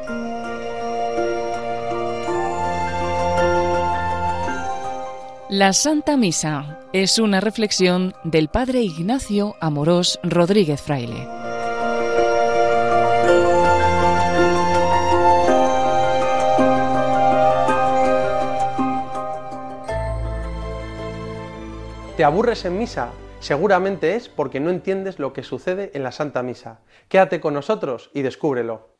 La Santa Misa es una reflexión del Padre Ignacio Amorós Rodríguez Fraile. ¿Te aburres en misa? Seguramente es porque no entiendes lo que sucede en la Santa Misa. Quédate con nosotros y descúbrelo.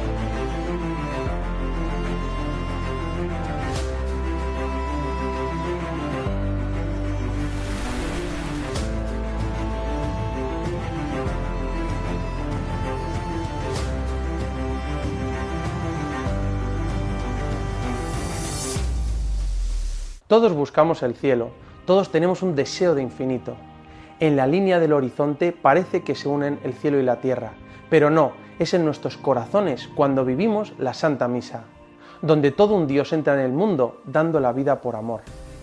Todos buscamos el cielo, todos tenemos un deseo de infinito. En la línea del horizonte parece que se unen el cielo y la tierra, pero no, es en nuestros corazones cuando vivimos la Santa Misa, donde todo un Dios entra en el mundo dando la vida por amor.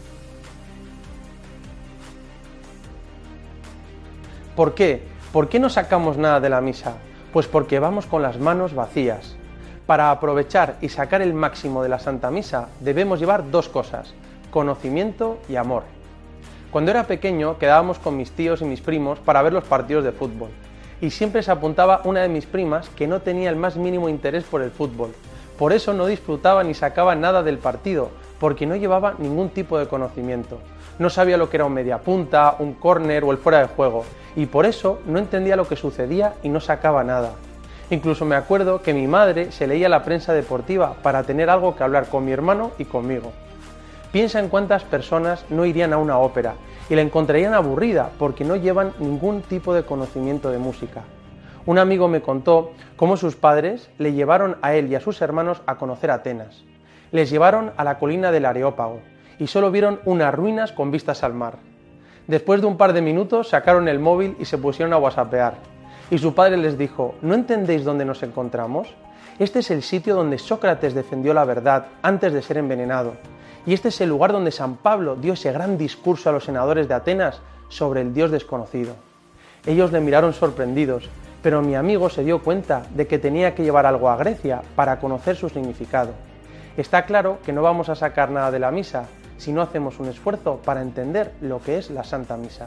¿Por qué? ¿Por qué no sacamos nada de la misa? Pues porque vamos con las manos vacías. Para aprovechar y sacar el máximo de la Santa Misa debemos llevar dos cosas: conocimiento y amor. Cuando era pequeño quedábamos con mis tíos y mis primos para ver los partidos de fútbol, y siempre se apuntaba una de mis primas que no tenía el más mínimo interés por el fútbol. Por eso no disfrutaba ni sacaba nada del partido, porque no llevaba ningún tipo de conocimiento. No sabía lo que era un mediapunta, un córner o el fuera de juego, y por eso no entendía lo que sucedía y no sacaba nada. Incluso me acuerdo que mi madre se leía la prensa deportiva para tener algo que hablar con mi hermano y conmigo. Piensa en cuántas personas no irían a una ópera y la encontrarían aburrida porque no llevan ningún tipo de conocimiento de música. Un amigo me contó cómo sus padres le llevaron a él y a sus hermanos a conocer Atenas. Les llevaron a la colina del Areópago y solo vieron unas ruinas con vistas al mar. Después de un par de minutos sacaron el móvil y se pusieron a whatsappear. Y su padre les dijo: ¿no entendéis dónde nos encontramos? Este es el sitio donde Sócrates defendió la verdad antes de ser envenenado. Y este es el lugar donde San Pablo dio ese gran discurso a los senadores de Atenas sobre el Dios desconocido. Ellos le miraron sorprendidos, pero mi amigo se dio cuenta de que tenía que llevar algo a Grecia para conocer su significado. Está claro que no vamos a sacar nada de la misa si no hacemos un esfuerzo para entender lo que es la Santa Misa.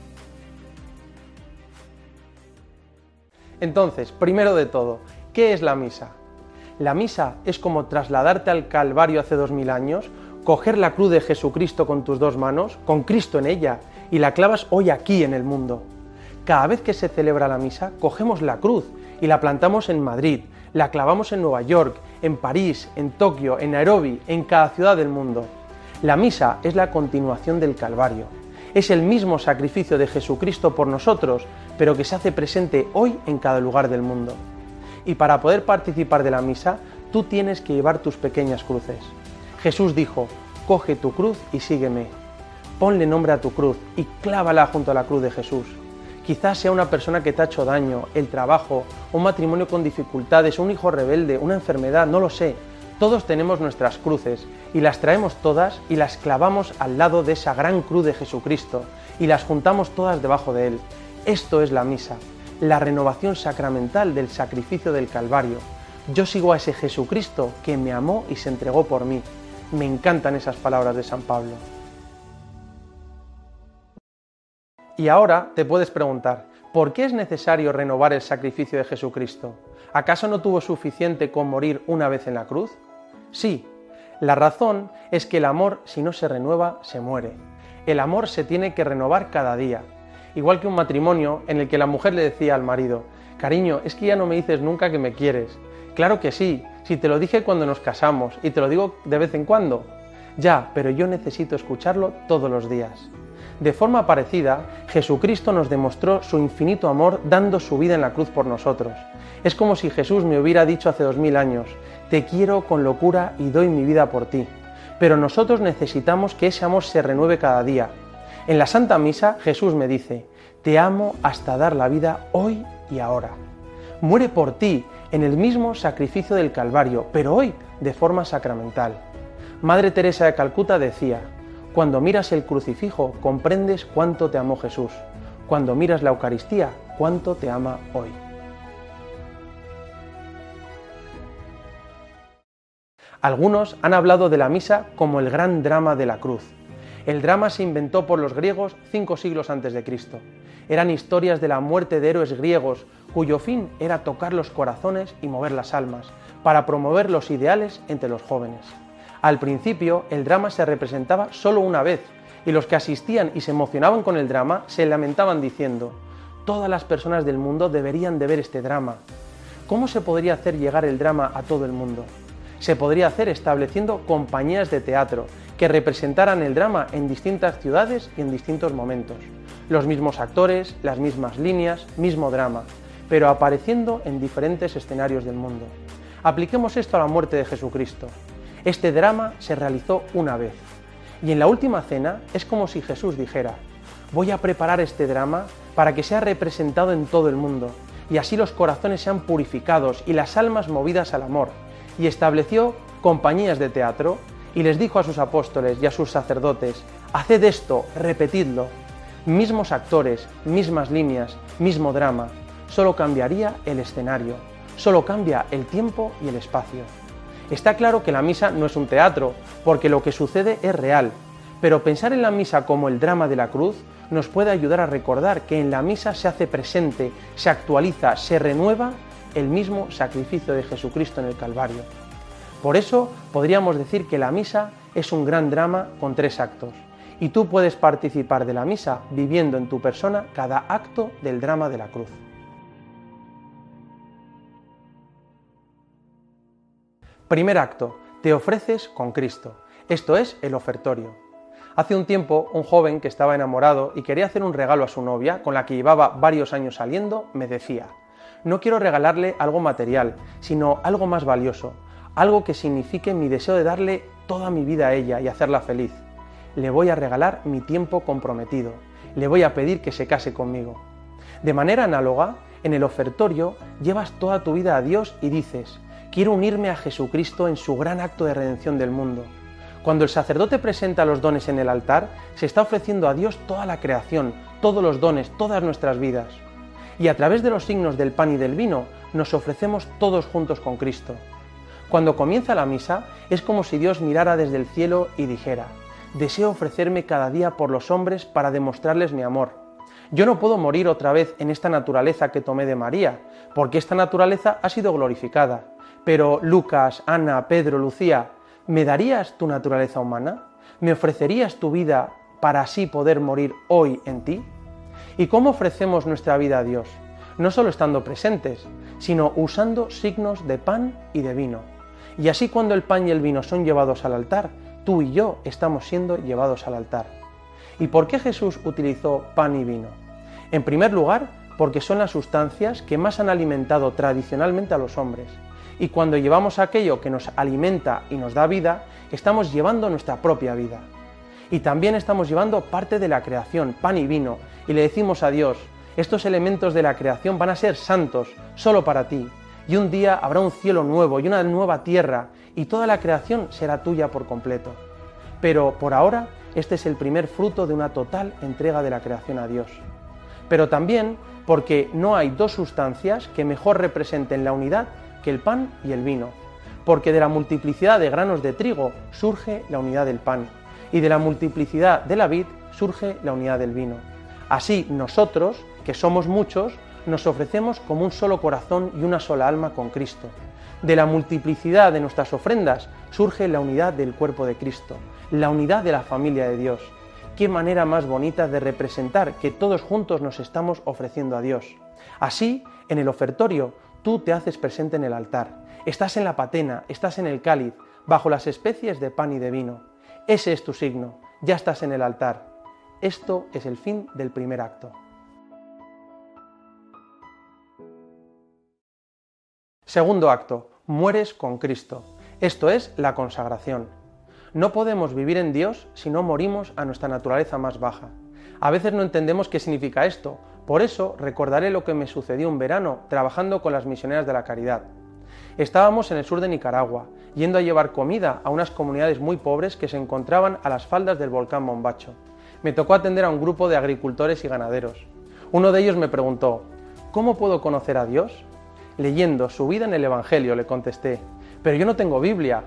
Entonces, primero de todo, ¿qué es la misa? La misa es como trasladarte al Calvario hace 2000 años, coger la cruz de Jesucristo con tus dos manos, con Cristo en ella, y la clavas hoy aquí en el mundo. Cada vez que se celebra la misa, cogemos la cruz y la plantamos en Madrid, la clavamos en Nueva York, en París, en Tokio, en Nairobi, en cada ciudad del mundo. La misa es la continuación del Calvario. Es el mismo sacrificio de Jesucristo por nosotros, pero que se hace presente hoy en cada lugar del mundo. Y para poder participar de la misa, tú tienes que llevar tus pequeñas cruces. Jesús dijo: coge tu cruz y sígueme. Ponle nombre a tu cruz y clávala junto a la cruz de Jesús. Quizás sea una persona que te ha hecho daño, el trabajo, un matrimonio con dificultades, un hijo rebelde, una enfermedad, no lo sé. Todos tenemos nuestras cruces y las traemos todas y las clavamos al lado de esa gran cruz de Jesucristo y las juntamos todas debajo de él. Esto es la misa, la renovación sacramental del sacrificio del Calvario. Yo sigo a ese Jesucristo que me amó y se entregó por mí. Me encantan esas palabras de San Pablo. Y ahora te puedes preguntar, ¿por qué es necesario renovar el sacrificio de Jesucristo? ¿Acaso no tuvo suficiente con morir una vez en la cruz? Sí, la razón es que el amor, si no se renueva, se muere. El amor se tiene que renovar cada día. Igual que un matrimonio en el que la mujer le decía al marido: cariño, es que ya no me dices nunca que me quieres. Claro que sí, si te lo dije cuando nos casamos y te lo digo de vez en cuando. Ya, pero yo necesito escucharlo todos los días. De forma parecida, Jesucristo nos demostró su infinito amor dando su vida en la cruz por nosotros. Es como si Jesús me hubiera dicho hace 2000 años: te quiero con locura y doy mi vida por ti. Pero nosotros necesitamos que ese amor se renueve cada día. En la Santa Misa, Jesús me dice: te amo hasta dar la vida hoy y ahora. Muere por ti en el mismo sacrificio del Calvario, pero hoy de forma sacramental. Madre Teresa de Calcuta decía: cuando miras el crucifijo comprendes cuánto te amó Jesús. Cuando miras la Eucaristía, cuánto te ama hoy. Algunos han hablado de la misa como el gran drama de la cruz. El drama se inventó por los griegos 5 siglos antes de Cristo. Eran historias de la muerte de héroes griegos cuyo fin era tocar los corazones y mover las almas, para promover los ideales entre los jóvenes. Al principio, el drama se representaba solo una vez, y los que asistían y se emocionaban con el drama se lamentaban diciendo: todas las personas del mundo deberían de ver este drama. ¿Cómo se podría hacer llegar el drama a todo el mundo? Se podría hacer estableciendo compañías de teatro que representaran el drama en distintas ciudades y en distintos momentos. Los mismos actores, las mismas líneas, mismo drama, pero apareciendo en diferentes escenarios del mundo. Apliquemos esto a la muerte de Jesucristo. Este drama se realizó una vez. Y en la última cena es como si Jesús dijera: voy a preparar este drama para que sea representado en todo el mundo, y así los corazones sean purificados y las almas movidas al amor. Y estableció compañías de teatro y les dijo a sus apóstoles y a sus sacerdotes: haced esto, repetidlo. Mismos actores, mismas líneas, mismo drama, solo cambiaría el escenario, solo cambia el tiempo y el espacio. Está claro que la misa no es un teatro, porque lo que sucede es real, pero pensar en la misa como el drama de la cruz nos puede ayudar a recordar que en la misa se hace presente, se actualiza, se renueva el mismo sacrificio de Jesucristo en el Calvario. Por eso podríamos decir que la misa es un gran drama con 3 actos, y tú puedes participar de la misa viviendo en tu persona cada acto del drama de la cruz. Primer acto, te ofreces con Cristo. Esto es el ofertorio. Hace un tiempo, un joven que estaba enamorado y quería hacer un regalo a su novia, con la que llevaba varios años saliendo, me decía: no quiero regalarle algo material, sino algo más valioso, algo que signifique mi deseo de darle toda mi vida a ella y hacerla feliz. Le voy a regalar mi tiempo comprometido, le voy a pedir que se case conmigo. De manera análoga, en el ofertorio llevas toda tu vida a Dios y dices: quiero unirme a Jesucristo en su gran acto de redención del mundo. Cuando el sacerdote presenta los dones en el altar, se está ofreciendo a Dios toda la creación, todos los dones, todas nuestras vidas. Y a través de los signos del pan y del vino, nos ofrecemos todos juntos con Cristo. Cuando comienza la misa, es como si Dios mirara desde el cielo y dijera: deseo ofrecerme cada día por los hombres para demostrarles mi amor. Yo no puedo morir otra vez en esta naturaleza que tomé de María, porque esta naturaleza ha sido glorificada. Pero Lucas, Ana, Pedro, Lucía, ¿me darías tu naturaleza humana? ¿Me ofrecerías tu vida para así poder morir hoy en ti? ¿Y cómo ofrecemos nuestra vida a Dios? No solo estando presentes, sino usando signos de pan y de vino. Y así, cuando el pan y el vino son llevados al altar, tú y yo estamos siendo llevados al altar. ¿Y por qué Jesús utilizó pan y vino? En primer lugar, porque son las sustancias que más han alimentado tradicionalmente a los hombres. Y cuando llevamos aquello que nos alimenta y nos da vida, estamos llevando nuestra propia vida. Y también estamos llevando parte de la creación, pan y vino, y le decimos a Dios: estos elementos de la creación van a ser santos, solo para ti, y un día habrá un cielo nuevo y una nueva tierra, y toda la creación será tuya por completo. Pero por ahora, este es el primer fruto de una total entrega de la creación a Dios. Pero también porque no hay 2 sustancias que mejor representen la unidad que el pan y el vino, porque de la multiplicidad de granos de trigo surge la unidad del pan, y de la multiplicidad de la vid surge la unidad del vino. Así nosotros, que somos muchos, nos ofrecemos como un solo corazón y una sola alma con Cristo. De la multiplicidad de nuestras ofrendas surge la unidad del cuerpo de Cristo, la unidad de la familia de Dios. Qué manera más bonita de representar que todos juntos nos estamos ofreciendo a Dios. Así, en el ofertorio, tú te haces presente en el altar, estás en la patena, estás en el cáliz, bajo las especies de pan y de vino. Ese es tu signo, ya estás en el altar. Esto es el fin del primer acto. Segundo acto, mueres con Cristo. Esto es la consagración. No podemos vivir en Dios si no morimos a nuestra naturaleza más baja. A veces no entendemos qué significa esto. Por eso recordaré lo que me sucedió un verano trabajando con las misioneras de la caridad. Estábamos en el sur de Nicaragua, yendo a llevar comida a unas comunidades muy pobres que se encontraban a las faldas del volcán Mombacho. Me tocó atender a un grupo de agricultores y ganaderos. Uno de ellos me preguntó: ¿cómo puedo conocer a Dios? Leyendo su vida en el Evangelio, le contesté: pero yo no tengo Biblia.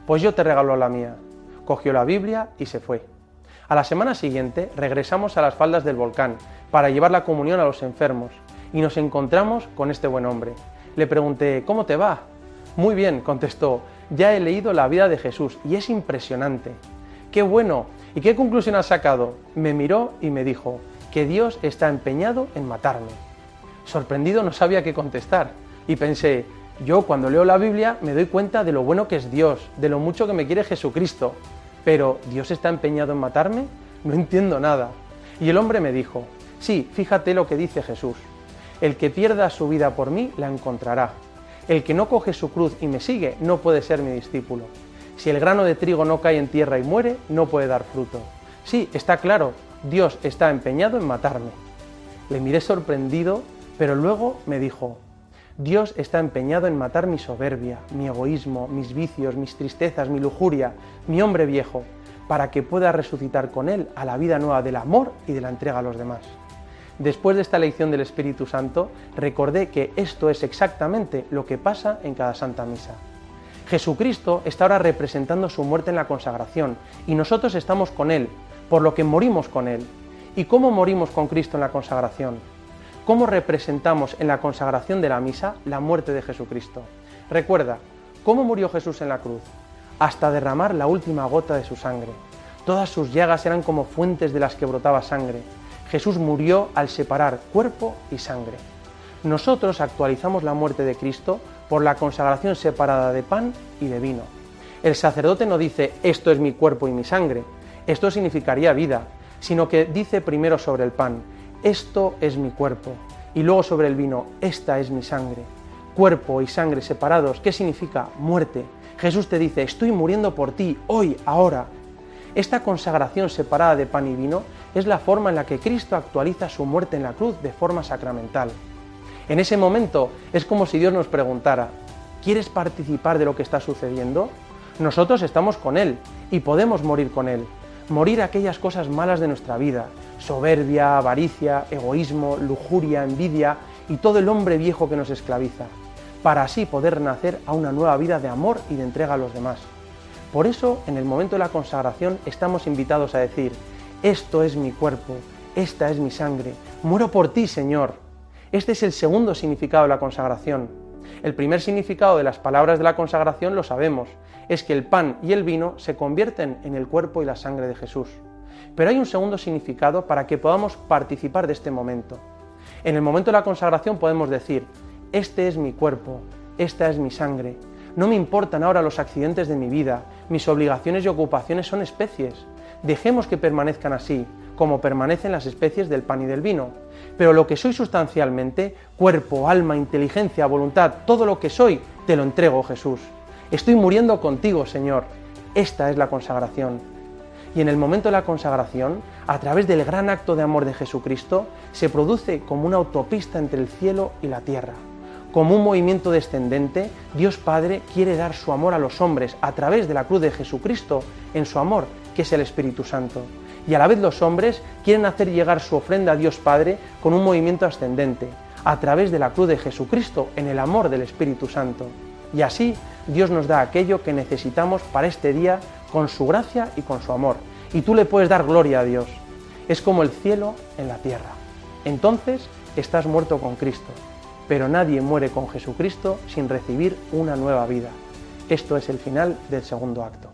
Pues yo te regalo la mía. Cogió la Biblia y se fue. A la semana siguiente regresamos a las faldas del volcán para llevar la comunión a los enfermos y nos encontramos con este buen hombre. Le pregunté, ¿cómo te va? Muy bien, contestó, ya he leído la vida de Jesús y es impresionante. ¡Qué bueno! ¿Y qué conclusión has sacado? Me miró y me dijo, que Dios está empeñado en matarme. Sorprendido no sabía qué contestar y pensé, yo cuando leo la Biblia me doy cuenta de lo bueno que es Dios, de lo mucho que me quiere Jesucristo, pero ¿Dios está empeñado en matarme? No entiendo nada. Y el hombre me dijo, sí, fíjate lo que dice Jesús, el que pierda su vida por mí la encontrará. El que no coge su cruz y me sigue no puede ser mi discípulo. Si el grano de trigo no cae en tierra y muere, no puede dar fruto. Sí, está claro, Dios está empeñado en matarme. Le miré sorprendido, pero luego me dijo, Dios está empeñado en matar mi soberbia, mi egoísmo, mis vicios, mis tristezas, mi lujuria, mi hombre viejo, para que pueda resucitar con Él a la vida nueva del amor y de la entrega a los demás. Después de esta lección del Espíritu Santo, recordé que esto es exactamente lo que pasa en cada Santa Misa. Jesucristo está ahora representando su muerte en la consagración y nosotros estamos con Él, por lo que morimos con Él. ¿Y cómo morimos con Cristo en la consagración? ¿Cómo representamos en la consagración de la misa la muerte de Jesucristo? Recuerda, ¿cómo murió Jesús en la cruz? Hasta derramar la última gota de su sangre. Todas sus llagas eran como fuentes de las que brotaba sangre. Jesús murió al separar cuerpo y sangre. Nosotros actualizamos la muerte de Cristo por la consagración separada de pan y de vino. El sacerdote no dice, esto es mi cuerpo y mi sangre, esto significaría vida, sino que dice primero sobre el pan, esto es mi cuerpo, y luego sobre el vino, esta es mi sangre. Cuerpo y sangre separados, ¿qué significa? Muerte. Jesús te dice, estoy muriendo por ti, hoy, ahora. Esta consagración separada de pan y vino es la forma en la que Cristo actualiza su muerte en la cruz de forma sacramental. En ese momento es como si Dios nos preguntara, ¿quieres participar de lo que está sucediendo? Nosotros estamos con Él y podemos morir con Él. Morir aquellas cosas malas de nuestra vida, soberbia, avaricia, egoísmo, lujuria, envidia y todo el hombre viejo que nos esclaviza, para así poder nacer a una nueva vida de amor y de entrega a los demás. Por eso, en el momento de la consagración, estamos invitados a decir, esto es mi cuerpo, esta es mi sangre, muero por ti, Señor. Este es el segundo significado de la consagración. El primer significado de las palabras de la consagración lo sabemos, es que el pan y el vino se convierten en el cuerpo y la sangre de Jesús. Pero hay un segundo significado para que podamos participar de este momento. En el momento de la consagración podemos decir, este es mi cuerpo, esta es mi sangre. No me importan ahora los accidentes de mi vida, mis obligaciones y ocupaciones son especies. Dejemos que permanezcan así, como permanecen las especies del pan y del vino. Pero lo que soy sustancialmente, cuerpo, alma, inteligencia, voluntad, todo lo que soy, te lo entrego, Jesús. Estoy muriendo contigo, Señor. Esta es la consagración. Y en el momento de la consagración, a través del gran acto de amor de Jesucristo, se produce como una autopista entre el cielo y la tierra. Como un movimiento descendente, Dios Padre quiere dar su amor a los hombres a través de la cruz de Jesucristo en su amor, que es el Espíritu Santo. Y a la vez los hombres quieren hacer llegar su ofrenda a Dios Padre con un movimiento ascendente, a través de la cruz de Jesucristo en el amor del Espíritu Santo. Y así Dios nos da aquello que necesitamos para este día con su gracia y con su amor. Y tú le puedes dar gloria a Dios. Es como el cielo en la tierra. Entonces estás muerto con Cristo. Pero nadie muere con Jesucristo sin recibir una nueva vida. Esto es el final del segundo acto.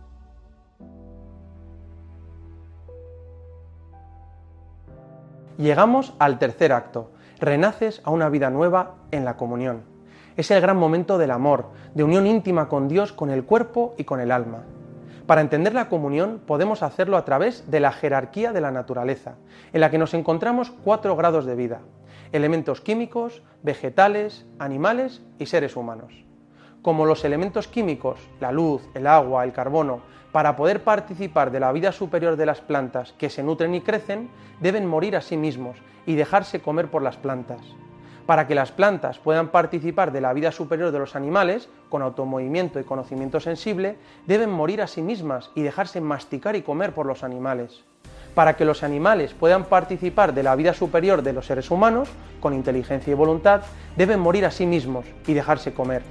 Llegamos al tercer acto. Renaces a una vida nueva en la comunión. Es el gran momento del amor, de unión íntima con Dios, con el cuerpo y con el alma. Para entender la comunión podemos hacerlo a través de la jerarquía de la naturaleza, en la que nos encontramos 4 grados de vida: elementos químicos, vegetales, animales y seres humanos. Como los elementos químicos, la luz, el agua, el carbono, para poder participar de la vida superior de las plantas que se nutren y crecen, deben morir a sí mismos y dejarse comer por las plantas. Para que las plantas puedan participar de la vida superior de los animales, con automovimiento y conocimiento sensible, deben morir a sí mismas y dejarse masticar y comer por los animales. Para que los animales puedan participar de la vida superior de los seres humanos, con inteligencia y voluntad, deben morir a sí mismos y dejarse comer.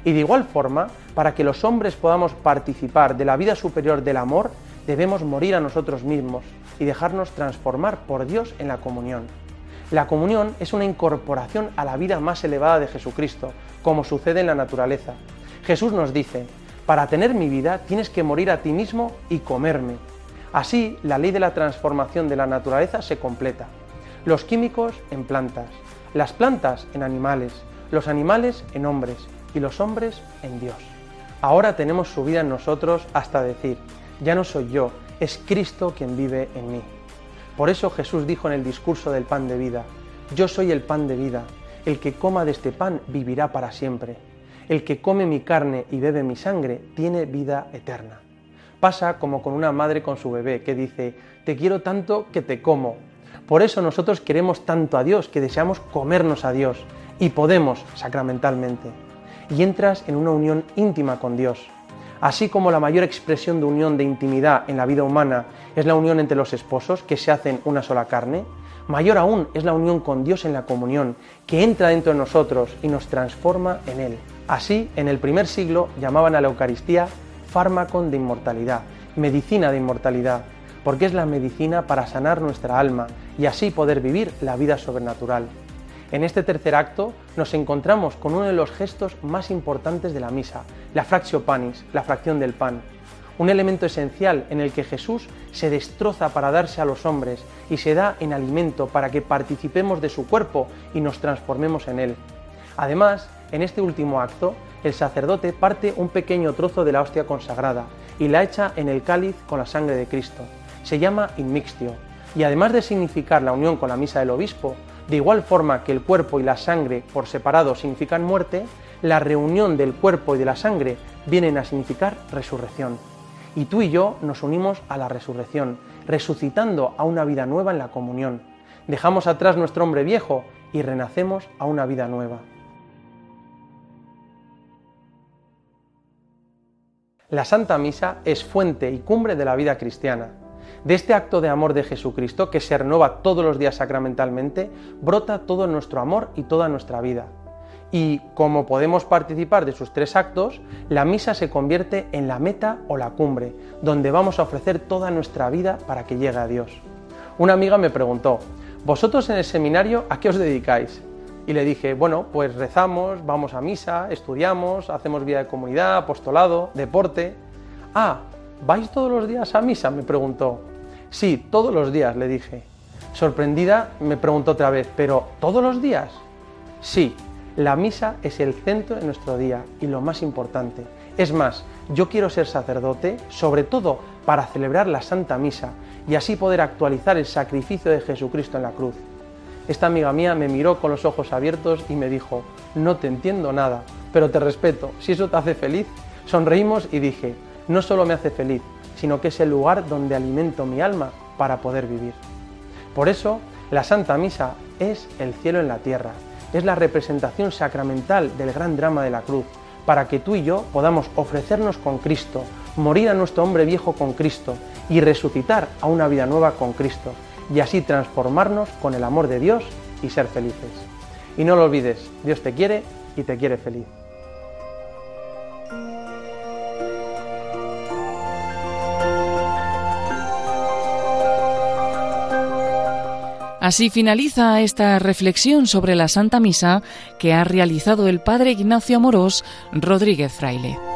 Y de igual forma, para que los hombres podamos participar de la vida superior del amor, debemos morir a nosotros mismos y dejarnos transformar por Dios en la comunión. La comunión es una incorporación a la vida más elevada de Jesucristo, como sucede en la naturaleza. Jesús nos dice: para tener mi vida tienes que morir a ti mismo y comerme. Así, la ley de la transformación de la naturaleza se completa. Los químicos en plantas, las plantas en animales, los animales en hombres y los hombres en Dios. Ahora tenemos su vida en nosotros hasta decir: ya no soy yo, es Cristo quien vive en mí. Por eso Jesús dijo en el discurso del pan de vida: yo soy el pan de vida, el que coma de este pan vivirá para siempre. El que come mi carne y bebe mi sangre tiene vida eterna. Pasa como con una madre con su bebé que dice: te quiero tanto que te como. Por eso nosotros queremos tanto a Dios que deseamos comernos a Dios, y podemos sacramentalmente. Y entras en una unión íntima con Dios. Así como la mayor expresión de unión de intimidad en la vida humana es la unión entre los esposos, que se hacen una sola carne, mayor aún es la unión con Dios en la comunión, que entra dentro de nosotros y nos transforma en Él. Así, en el primer siglo llamaban a la Eucaristía fármacon de inmortalidad, medicina de inmortalidad, porque es la medicina para sanar nuestra alma y así poder vivir la vida sobrenatural. En este tercer acto nos encontramos con uno de los gestos más importantes de la misa, la fractio panis, la fracción del pan, un elemento esencial en el que Jesús se destroza para darse a los hombres y se da en alimento para que participemos de su cuerpo y nos transformemos en él. Además, en este último acto, el sacerdote parte un pequeño trozo de la hostia consagrada y la echa en el cáliz con la sangre de Cristo. Se llama inmixtio, y además de significar la unión con la misa del obispo, de igual forma que el cuerpo y la sangre por separado significan muerte, la reunión del cuerpo y de la sangre vienen a significar resurrección. Y tú y yo nos unimos a la resurrección, resucitando a una vida nueva en la comunión. Dejamos atrás nuestro hombre viejo y renacemos a una vida nueva. La Santa Misa es fuente y cumbre de la vida cristiana. De este acto de amor de Jesucristo, que se renueva todos los días sacramentalmente, brota todo nuestro amor y toda nuestra vida. Y como podemos participar de sus tres actos, la misa se convierte en la meta o la cumbre, donde vamos a ofrecer toda nuestra vida para que llegue a Dios. Una amiga me preguntó: ¿vosotros en el seminario a qué os dedicáis? Y le dije: bueno, pues rezamos, vamos a misa, estudiamos, hacemos vida de comunidad, apostolado, deporte. Ah, ¿vais todos los días a misa?, me preguntó. Sí, todos los días, le dije. Sorprendida, me preguntó otra vez: ¿pero todos los días? Sí, la misa es el centro de nuestro día y lo más importante. Es más, yo quiero ser sacerdote, sobre todo para celebrar la Santa Misa y así poder actualizar el sacrificio de Jesucristo en la cruz. Esta amiga mía me miró con los ojos abiertos y me dijo: no te entiendo nada, pero te respeto, si eso te hace feliz. Sonreímos y dije: no solo me hace feliz, sino que es el lugar donde alimento mi alma para poder vivir. Por eso, la Santa Misa es el cielo en la tierra, es la representación sacramental del gran drama de la cruz, para que tú y yo podamos ofrecernos con Cristo, morir a nuestro hombre viejo con Cristo y resucitar a una vida nueva con Cristo, y así transformarnos con el amor de Dios y ser felices. Y no lo olvides, Dios te quiere y te quiere feliz. Así finaliza esta reflexión sobre la Santa Misa que ha realizado el Padre Ignacio Amorós Rodríguez Fraile.